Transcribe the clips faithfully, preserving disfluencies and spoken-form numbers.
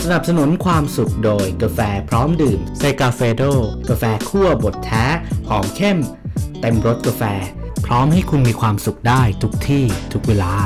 สนับสนุนความสุขโดยกาแฟพร้อมดื่มเซกาเฟโดกาแฟคั่วบดแท้หอมเข้มเต็มรสกาแฟพร้อมให้คุณมีความสุขได้ทุกที่ทุกเวลา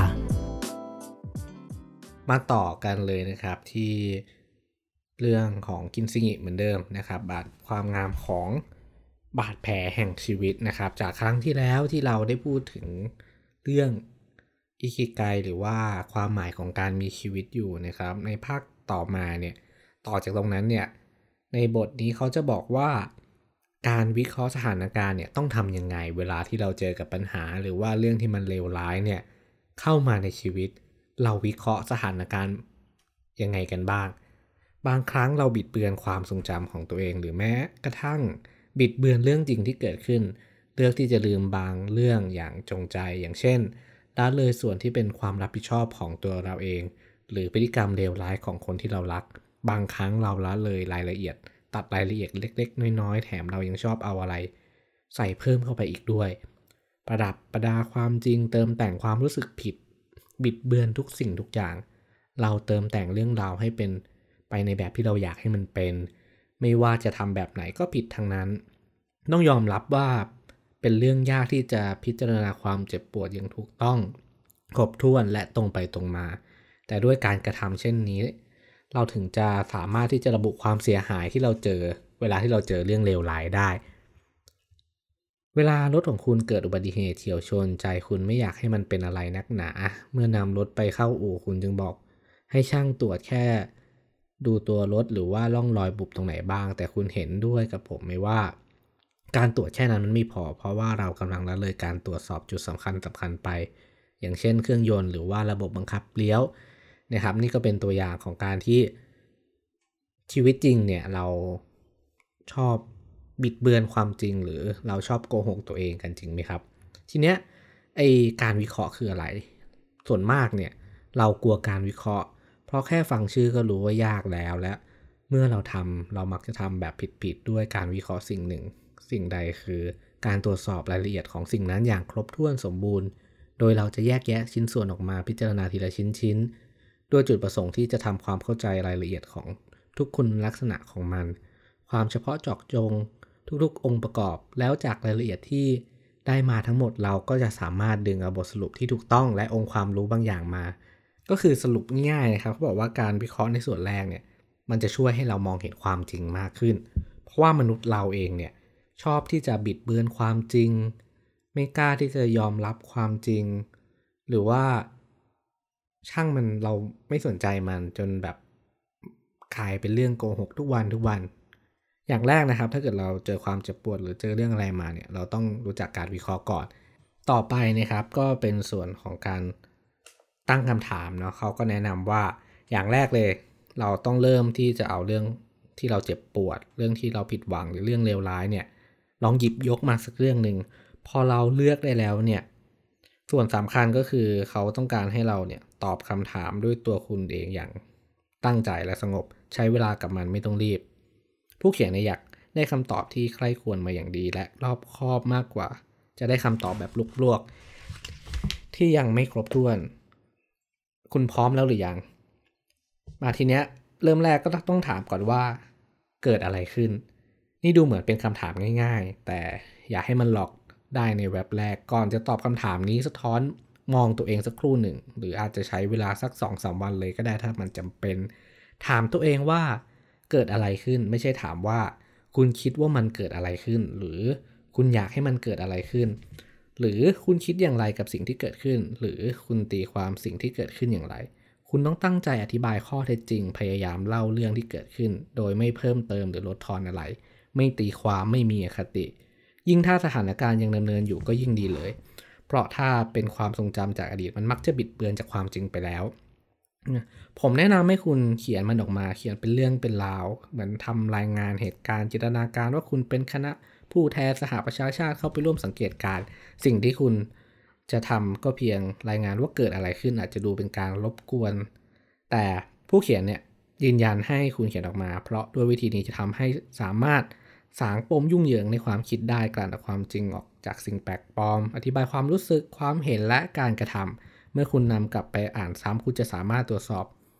มาต่อกันเลยนะครับที่เรื่องของกินซิงิเหมือนเดิมนะครับบาดความงามของบาดแผลแห่งชีวิตนะครับจากครั้งที่แล้วที่เราได้พูดถึงเรื่องอิคิไกหรือว่าความหมายของการมีชีวิตอยู่นะครับในภาคต่อมาเนี่ยต่อจากตรงนั้นเนี่ยในบทนี้เขาจะบอกว่าการวิเคราะห์สถานการณ์เนี่ยต้องทำยังไงเวลาที่เราเจอกับปัญหาหรือว่าเรื่องที่มันเลวร้ายเนี่ยเข้ามาในชีวิตเราวิเคราะห์สถานการณ์ยังไงกันบ้างบางครั้งเราบิดเบือนความทรงจำของตัวเองหรือแม้กระทั่งบิดเบือนเรื่องจริงที่เกิดขึ้นเลือกที่จะลืมบางเรื่องอย่างจงใจอย่างเช่นละเลยส่วนที่เป็นความรับผิดชอบของตัวเราเองหรือพฤติกรรมเลวร้ายของคนที่เรารักบางครั้งเราละเลยรายละเอียดตัดรายละเอียดเล็กๆน้อยๆแถมเรายังชอบเอาอะไรใส่เพิ่มเข้าไปอีกด้วยประดับประดาความจริงเติมแต่งความรู้สึกผิดบิดเบือนทุกสิ่งทุกอย่างเราเติมแต่งเรื่องราวให้เป็นไปในแบบที่เราอยากให้มันเป็นไม่ว่าจะทำแบบไหนก็ผิดทั้งนั้นต้องยอมรับว่าเป็นเรื่องยากที่จะพิจารณาความเจ็บปวดอย่างถูกต้องครบถ้วนและตรงไปตรงมาแต่ด้วยการกระทำเช่นนี้เราถึงจะสามารถที่จะระบุความเสียหายที่เราเจอเวลาที่เราเจอเรื่องเลวร้ายได้เวลารถของคุณเกิดอุบัติเหตุเฉี่ยวชนใจคุณไม่อยากให้มันเป็นอะไรนักหนาเมื่อนำรถไปเข้าอู่คุณจึงบอกให้ช่างตรวจแค่ดูตัวรถหรือว่าร่องรอยบุบตรงไหนบ้างแต่คุณเห็นด้วยกับผมไหมว่าการตรวจแค่นั้นมันไม่พอเพราะว่าเรากำลังละเลยการตรวจสอบจุดสำคัญสำคัญไปอย่างเช่นเครื่องยนต์หรือว่าระบบบังคับเลี้ยวนะครับนี่ก็เป็นตัวอย่างของการที่ชีวิตจริงเนี่ยเราชอบบิดเบือนความจริงหรือเราชอบโกหกตัวเองกันจริงไหมครับทีเนี้ยไอการวิเคราะห์คืออะไรส่วนมากเนี่ยเรากลัวการวิเคราะห์เพราะแค่ฟังชื่อก็รู้ว่ายากแล้วและเมื่อเราทำเรามักจะทำแบบผิดๆด้วยการวิเคราะห์สิ่งหนึ่งสิ่งใดคือการตรวจสอบรายละเอียดของสิ่งนั้นอย่างครบถ้วนสมบูรณ์โดยเราจะแยกแยะชิ้นส่วนออกมาพิจารณาทีละชิ้นๆด้วยจุดประสงค์ที่จะทำความเข้าใจรายละเอียดของทุกคุณลักษณะของมันความเฉพาะเจาะจงทุกๆองค์ประกอบแล้วจากรายละเอียดที่ได้มาทั้งหมดเราก็จะสามารถดึงเอาบทสรุปที่ถูกต้องและองค์ความรู้บางอย่างมาก็คือสรุปง่ายๆนะครับเขาบอกว่าการวิเคราะห์ในส่วนแรกเนี่ยมันจะช่วยให้เรามองเห็นความจริงมากขึ้นเพราะว่ามนุษย์เราเองเนี่ยชอบที่จะบิดเบือนความจริงไม่กล้าที่จะยอมรับความจริงหรือว่าช่างมันเราไม่สนใจมันจนแบบกลายเป็นเรื่องโกหกทุกวันทุกวันอย่างแรกนะครับถ้าเกิดเราเจอความเจ็บปวดหรือเจอเรื่องอะไรมาเนี่ยเราต้องรู้จักการวิเคราะห์ก่อนต่อไปนะครับก็เป็นส่วนของการตั้งคำถามเนาะเขาก็แนะนำว่าอย่างแรกเลยเราต้องเริ่มที่จะเอาเรื่องที่เราเจ็บปวดเรื่องที่เราผิดหวังหรือเรื่องเลวร้ายเนี่ยลองหยิบยกมาสักเรื่องนึงพอเราเลือกได้แล้วเนี่ยส่วนสำคัญก็คือเขาต้องการให้เราเนี่ยตอบคำถามด้วยตัวคุณเองอย่างตั้งใจและสงบใช้เวลากับมันไม่ต้องรีบผู้เขียนเนี่ยอยากได้คำตอบที่ใคร่ควรมาอย่างดีและรอบคอบมากกว่าจะได้คำตอบแบบลวกๆที่ยังไม่ครบถ้วนคุณพร้อมแล้วหรือยังมาทีเนี้ยเริ่มแรกก็ต้องถามก่อนว่าเกิดอะไรขึ้นนี่ดูเหมือนเป็นคำถามง่ายๆแต่อย่าให้มันหลอกได้ในเว็บแรกก่อนจะตอบคำถามนี้สะท้อนมองตัวเองสักครู่หนึ่งหรืออาจจะใช้เวลาสัก สองถึงสาม วันเลยก็ได้ถ้ามันจำเป็นถามตัวเองว่าเกิดอะไรขึ้นไม่ใช่ถามว่าคุณคิดว่ามันเกิดอะไรขึ้นหรือคุณอยากให้มันเกิดอะไรขึ้นหรือคุณคิดอย่างไรกับสิ่งที่เกิดขึ้นหรือคุณตีความสิ่งที่เกิดขึ้นอย่างไรคุณต้องตั้งใจอธิบายข้อเท็จจริงพยายามเล่าเรื่องที่เกิดขึ้นโดยไม่เพิ่มเติมหรือลดทอนอะไรไม่ตีความไม่มีอคติยิ่งถ้าสถานการณ์ยังดำเนินอยู่ก็ยิ่งดีเลยเพราะถ้าเป็นความทรงจำจากอดีตมันมักจะบิดเบือนจากความจริงไปแล้วผมแนะนำให้คุณเขียนมันออกมาเขียนเป็นเรื่องเป็นราวเหมือนทำรายงานเหตุการณ์จินตนาการว่าคุณเป็นคณะผู้แทนสหประชาชาติเข้าไปร่วมสังเกตการณ์สิ่งที่คุณจะทำก็เพียงรายงานว่าเกิดอะไรขึ้นอาจจะดูเป็นการรบกวนแต่ผู้เขียนเนี่ยยืนยันให้คุณเขียนออกมาเพราะด้วยวิธีนี้จะทำให้สามารถสางปมยุ่งเหยิงในความคิดได้กลั่นเอาความจริงออกจากสิ่งแปลกปลอมอธิบายความรู้สึกความเห็นและการกระทำเมื่อคุณนำกลับไปอ่านซ้ำคุณจะสามารถตรวจสอบ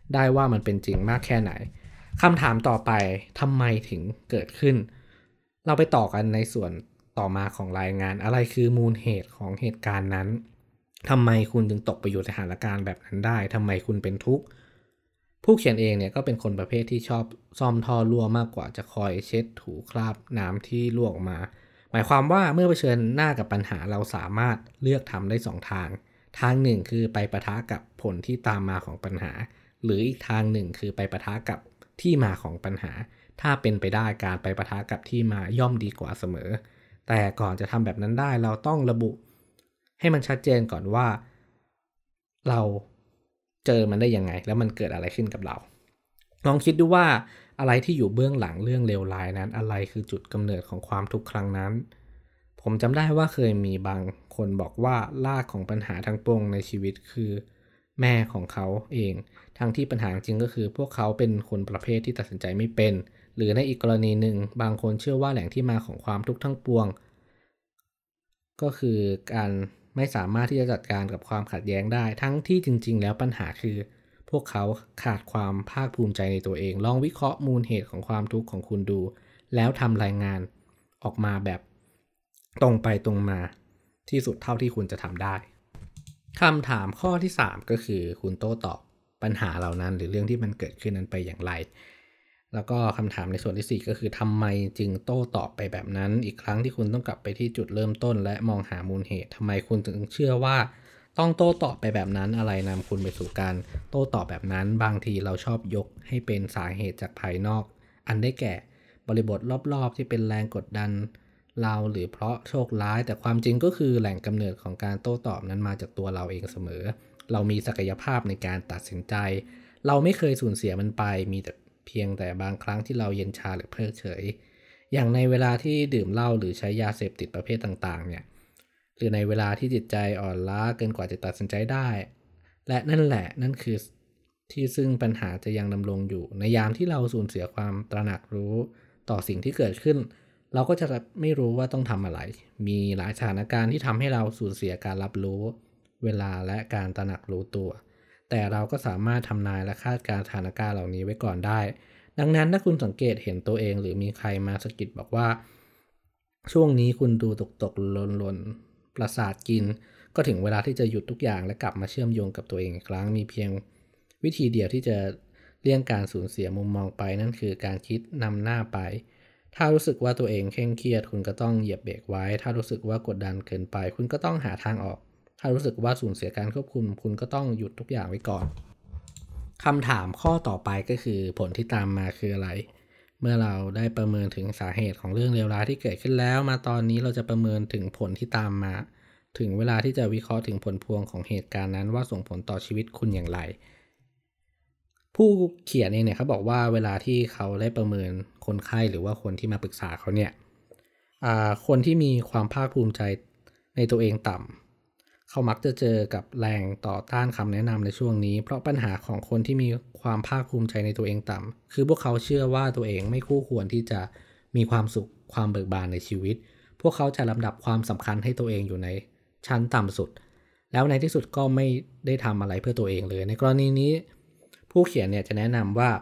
ได้ว่ามันเป็นจริงมากแค่ไหนคำถามต่อไปทำไมถึงเกิดขึ้นเราไปต่อกันในส่วนต่อมาของรายงานอะไรคือมูลเหตุของเหตุการณ์นั้นทำไมคุณถึงตกไปอยู่ในสถานการณ์แบบนั้นได้ทำไมคุณเป็นทุกข์ผู้เขียนเองเนี่ยก็เป็นคนประเภทที่ชอบซ่อมท่อรั่วมากกว่าจะคอยเช็ดถูคราบน้ำที่รั่วออกมาหมายความว่าเมื่อเผชิญหน้ากับปัญหาเราสามารถเลือกทำได้สองทางทางหนึ่งคือไปปะทะกับผลที่ตามมาของปัญหาหรืออีกทางหนึ่งคือไปปะทะกับที่มาของปัญหาถ้าเป็นไปได้การไปปะทะกับที่มาย่อมดีกว่าเสมอแต่ก่อนจะทำแบบนั้นได้เราต้องระบุให้มันชัดเจนก่อนว่าเราเจอมันได้ยังไงแล้วมันเกิดอะไรขึ้นกับเราลองคิดดูว่าอะไรที่อยู่เบื้องหลังเรื่องเลวร้ายนั้นอะไรคือจุดกำเนิดของความทุกข์ครั้งนั้นผมจำได้ว่าเคยมีบางคนบอกว่ารากของปัญหาทั้งปวงในชีวิตคือแม่ของเขาเองทั้งที่ปัญหาจริงก็คือพวกเขาเป็นคนประเภทที่ตัดสินใจไม่เป็นหรือในอีกกรณีหนึ่งบางคนเชื่อว่าแหล่งที่มาของความทุกข์ทั้งปวงก็คือการไม่สามารถที่จะจัดการกับความขัดแย้งได้ทั้งที่จริงๆแล้วปัญหาคือพวกเขาขาดความภาคภูมิใจในตัวเองลองวิเคราะห์มูลเหตุของความทุกข์ของคุณดูแล้วทำรายงานออกมาแบบตรงไปตรงมาที่สุดเท่าที่คุณจะทำได้คำถามข้อที่สามก็คือคุณโต้ตอบปัญหาเหล่านั้นหรือเรื่องที่มันเกิดขึ้นนั้นไปอย่างไรแล้วก็คำถามในส่วนที่สี่ก็คือทำไมจึงโต้ตอบไปแบบนั้นอีกครั้งที่คุณต้องกลับไปที่จุดเริ่มต้นและมองหามูลเหตุทำไมคุณถึงเชื่อว่าต้องโต้ตอบไปแบบนั้นอะไรนำคุณไปสู่การโต้ตอบแบบนั้นบางทีเราชอบยกให้เป็นสาเหตุจากภายนอกอันได้แก่บริบทรอบๆที่เป็นแรงกดดันเราหรือเพราะโชคร้ายแต่ความจริงก็คือแหล่งกำเนิดของการโต้ตอบนั้นมาจากตัวเราเองเสมอเรามีศักยภาพในการตัดสินใจเราไม่เคยสูญเสียมันไปมีแต่เพียงแต่บางครั้งที่เราเย็นชาหรือเพิกเฉยอย่างในเวลาที่ดื่มเหล้าหรือใช้ยาเสพติดประเภทต่างๆเนี่ยหรือในเวลาที่จิตใจอ่อนล้าเกินกว่าจะตัดสินใจได้และนั่นแหละนั่นคือที่ซึ่งปัญหาจะยังดำรงอยู่ในยามที่เราสูญเสียความตระหนักรู้ต่อสิ่งที่เกิดขึ้นเราก็จะไม่รู้ว่าต้องทำอะไรมีหลายสถานการณ์ที่ทำให้เราสูญเสียการรับรู้เวลาและการตระหนักรู้ตัวแต่เราก็สามารถทำนายและคาดการณ์สถานการณ์เหล่านี้ไว้ก่อนได้ดังนั้นถ้าคุณสังเกตเห็นตัวเองหรือมีใครมาสะกิดบอกว่าช่วงนี้คุณดูตกตกหล่นๆประสาทกินก็ถึงเวลาที่จะหยุดทุกอย่างและกลับมาเชื่อมโยงกับตัวเองอีกครั้งมีเพียงวิธีเดียวที่จะเลี่ยงการสูญเสียมุมมองไปนั่นคือการคิดนำหน้าไปถ้ารู้สึกว่าตัวเองเคร่งเครียดคุณก็ต้องเหยียบเบรกไว้ถ้ารู้สึกว่ากดดันเกินไปคุณก็ต้องหาทางออกถ้ารู้สึกว่าสูญเสียการควบคุมคุณก็ต้องหยุดทุกอย่างไว้ก่อนคำถามข้อต่อไปก็คือผลที่ตามมาคืออะไรเมื่อเราได้ประเมินถึงสาเหตุของเรื่องเลวร้ายที่เกิดขึ้นแล้วมาตอนนี้เราจะประเมินถึงผลที่ตามมาถึงเวลาที่จะวิเคราะห์ถึงผลพวงของเหตุการณ์นั้นว่าส่งผลต่อชีวิตคุณอย่างไรผู้เขียนเองเนี่ยเขาบอกว่าเวลาที่เขาได้ประเมินคนไข้หรือว่าคนที่มาปรึกษาเขาเนี่ยคนที่มีความภาคภูมิใจในตัวเองต่ำเขามักจะเจอกับแรงต่อต้านคำแนะนำในช่วงนี้เพราะปัญหาของคนที่มีความภาคภูมิใจในตัวเองต่ำคือพวกเขาเชื่อว่าตัวเองไม่คู่ควรที่จะมีความสุขความเบิกบานในชีวิตพวกเขาจะลำดับความสำคัญให้ตัวเองอยู่ในชั้นต่ำสุดแล้วในที่สุดก็ไม่ได้ทำอะไรเพื่อตัวเองเลยในกรณีนี้ผู้เขียนเนี่ยจะแนะนำว่า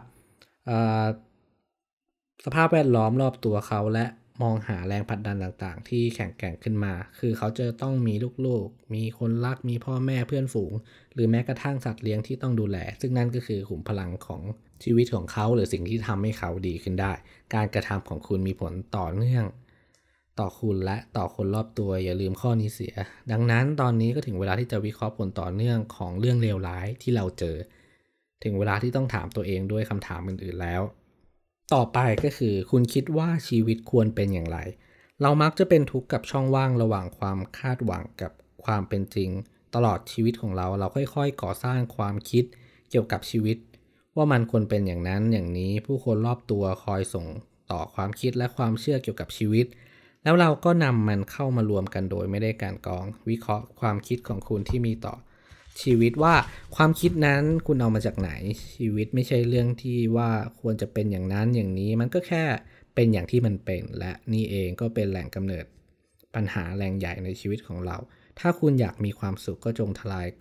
สภาพแวดล้อมรอบตัวเขาและมองหาแรงผลักดันต่างๆที่แข็งแกร่งขึ้นมาคือเขาจะต้องมีลูกๆมีคนรักมีพ่อแม่เพื่อนฝูงหรือแม้กระทั่งสัตว์เลี้ยงที่ต้องดูแลซึ่งนั่นก็คือขุมพลังของชีวิตของเขาหรือสิ่งที่ทำให้เขาดีขึ้นได้การกระทำของคุณมีผลต่อเนื่องต่อคุณและต่อคนรอบตัวอย่าลืมข้อนี้เสียดังนั้นตอนนี้ก็ถึงเวลาที่จะวิเคราะห์ผลต่อเนื่องของเรื่องเลวร้ายที่เราเจอถึงเวลาที่ต้องถามตัวเองด้วยคำถามอื่นๆแล้วต่อไปก็คือคุณคิดว่าชีวิตควรเป็นอย่างไรเรามักจะเป็นทุกข์กับช่องว่างระหว่างความคาดหวังกับความเป็นจริงตลอดชีวิตของเราเราค่อยๆก่อสร้างความคิดเกี่ยวกับชีวิตว่ามันควรเป็นอย่างนั้นอย่างนี้ผู้คนรอบตัวคอยส่งต่อความคิดและความเชื่อเกี่ยวกับชีวิตแล้วเราก็นำมันเข้ามารวมกันโดยไม่ได้การกรองวิเคราะห์ความคิดของคุณที่มีต่อชีวิตว่าความคิดนั้นคุณเอามาจากไหนชีวิตไม่ใช่เรื่องที่ว่าควรจะเป็นอย่างนั้นอย่างนี้มันก็แค่เป็นอย่างที่มันเป็นและนี่เองก็เป็นแหล่งกำเนิดปัญหาแรงใหญ่ในชีวิตของเราถ้าคุณอยากมีความสุขก็จงทลาย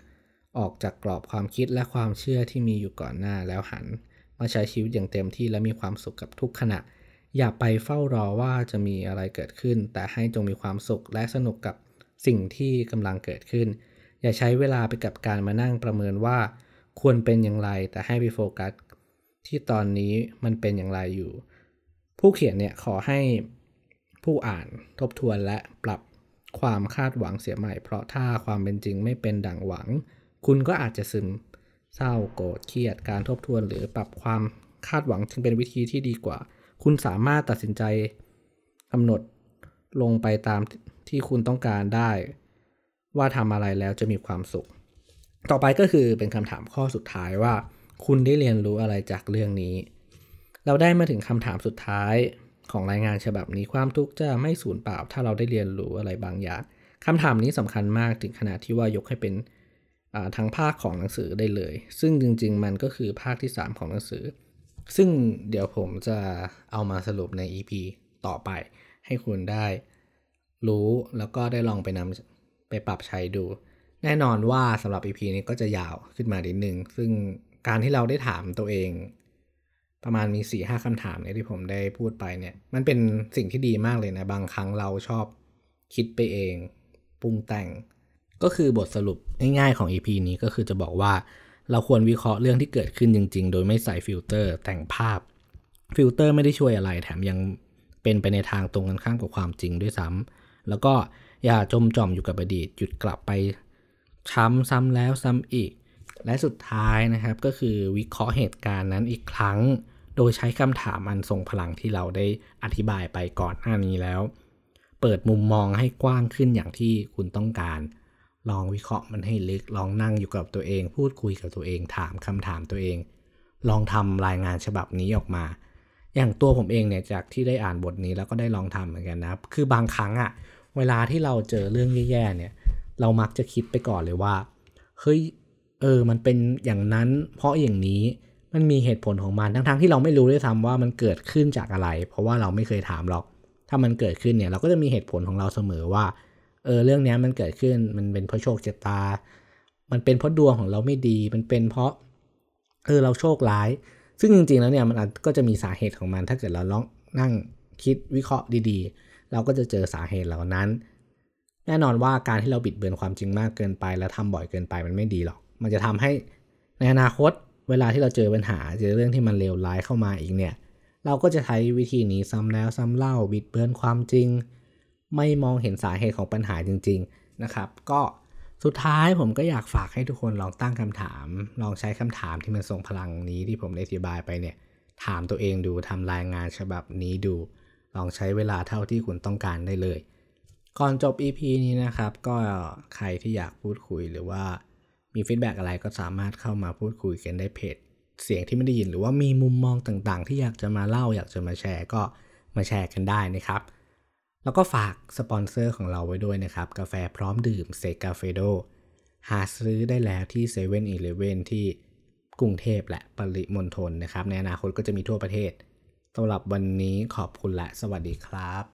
ออกจากกรอบความคิดและความเชื่อที่มีอยู่ก่อนหน้าแล้วหันมาใช้ชีวิตอย่างเต็มที่และมีความสุขกับทุกขณะอย่าไปเฝ้ารอว่าจะมีอะไรเกิดขึ้นแต่ให้จงมีความสุขและสนุกกับสิ่งที่กำลังเกิดขึ้นอย่าใช้เวลาไปกับการมานั่งประเมินว่าควรเป็นอย่างไรแต่ให้ไปโฟกัสที่ตอนนี้มันเป็นอย่างไรอยู่ผู้เขียนเนี่ยขอให้ผู้อ่านทบทวนและปรับความคาดหวังเสียใหม่เพราะถ้าความเป็นจริงไม่เป็นดั่งหวังคุณก็อาจจะซึมเศร้าโกรธเครียดการทบทวนหรือปรับความคาดหวังจึงเป็นวิธีที่ดีกว่าคุณสามารถตัดสินใจกำหนดลงไปตามที่คุณต้องการได้ว่าทำอะไรแล้วจะมีความสุขต่อไปก็คือเป็นคำถามข้อสุดท้ายว่าคุณได้เรียนรู้อะไรจากเรื่องนี้เราได้มาถึงคำถามสุดท้ายของรายงานฉบับนี้ความทุกข์จะไม่สูญเปล่าถ้าเราได้เรียนรู้อะไรบางอย่างคำถามนี้สำคัญมากถึงขนาดที่ว่ายกให้เป็นทั้งภาคของหนังสือได้เลยซึ่งจริงๆมันก็คือภาคที่สามของหนังสือซึ่งเดี๋ยวผมจะเอามาสรุปใน อี พี ต่อไปให้คุณได้รู้แล้วก็ได้ลองไปนำไปปรับใช้ดูแน่นอนว่าสำหรับ อี พี นี้ก็จะยาวขึ้นมานิดนึงซึ่งการที่เราได้ถามตัวเองประมาณมี สี่ถึงห้า คำถามเนี่ยที่ผมได้พูดไปเนี่ยมันเป็นสิ่งที่ดีมากเลยนะบางครั้งเราชอบคิดไปเองปรุงแต่งก็คือบทสรุปง่ายๆของ อี พี นี้ก็คือจะบอกว่าเราควรวิเคราะห์เรื่องที่เกิดขึ้นจริงๆโดยไม่ใส่ฟิลเตอร์แต่งภาพฟิลเตอร์ไม่ได้ช่วยอะไรแถมยังเป็นไปในทางตรงกันข้ามกับความจริงด้วยซ้ำแล้วก็อย่าจมจ่อมอยู่กับอดีตหยุดกลับไปช้ำซ้ำแล้วซ้ำอีกและสุดท้ายนะครับก็คือวิเคราะห์เหตุการณ์นั้นอีกครั้งโดยใช้คำถามอันทรงพลังที่เราได้อธิบายไปก่อนหน้านี้แล้วเปิดมุมมองให้กว้างขึ้นอย่างที่คุณต้องการลองวิเคราะห์มันให้ลึกลองนั่งอยู่กับตัวเองพูดคุยกับตัวเองถามคำถามตัวเองลองทำรายงานฉบับนี้ออกมาอย่างตัวผมเองเนี่ยจากที่ได้อ่านบทนี้แล้วก็ได้ลองทำเหมือนกันนะคือบางครั้งอะเวลาที่เราเจอเรื่องแย่ๆเนี่ยเรามักจะคิดไปก่อนเลยว่าเฮ้ยเออมันเป็นอย่างนั้นเพราะอย่างนี้มันมีเหตุผลของมันทั้งๆที่เราไม่รู้ด้วยซ้ำว่ามันเกิดขึ้นจากอะไรเพราะว่าเราไม่เคยถามหรอกถ้ามันเกิดขึ้นเนี่ยเราก็จะมีเหตุผลของเราเสมอว่าเออเรื่องนี้มันเกิดขึ้นมันเป็นเพราะโชคชะตามันเป็นเพราะดวงของเราไม่ดีมันเป็นเพราะเออเราโชคร้ายซึ่งจริงๆแล้วเนี่ยมันก็จะมีสาเหตุของมันถ้าเกิดเราลองนั่งคิดวิเคราะห์ดีๆเราก็จะเจอสาเหตุเหล่านั้นแน่นอนว่าการที่เราบิดเบือนความจริงมากเกินไปและทำบ่อยเกินไปมันไม่ดีหรอกมันจะทำให้ในอนาคตเวลาที่เราเจอปัญหาเจอเรื่องที่มันเลวร้ายเข้ามาอีกเนี่ยเราก็จะใช้วิธีนี้ซ้ำแล้วซ้ำเล่าบิดเบือนความจริงไม่มองเห็นสาเหตุของปัญหาจริงๆนะครับก็สุดท้ายผมก็อยากฝากให้ทุกคนลองตั้งคำถามลองใช้คำถามที่มันทรงพลังนี้ที่ผมได้อธิบายไปเนี่ยถามตัวเองดูทำรายงานฉบับนี้ดูลองใช้เวลาเท่าที่คุณต้องการได้เลยก่อนจบ อี พี นี้นะครับก็ใครที่อยากพูดคุยหรือว่ามีฟีดแบ็กอะไรก็สามารถเข้ามาพูดคุยกันได้เพจเสียงที่ไม่ได้ยินหรือว่ามีมุมมองต่างๆที่อยากจะมาเล่าอยากจะมาแชร์ก็มาแชร์กันได้นะครับแล้วก็ฝากสปอนเซอร์ของเราไว้ด้วยนะครับกาแฟพร้อมดื่มเซกาเฟโดหาซื้อได้แล้วที่ เซเว่น อีเลฟเว่น ที่กรุงเทพและปริมณฑลนะครับในอนาคตก็จะมีทั่วประเทศสำหรับวันนี้ขอบคุณและสวัสดีครับ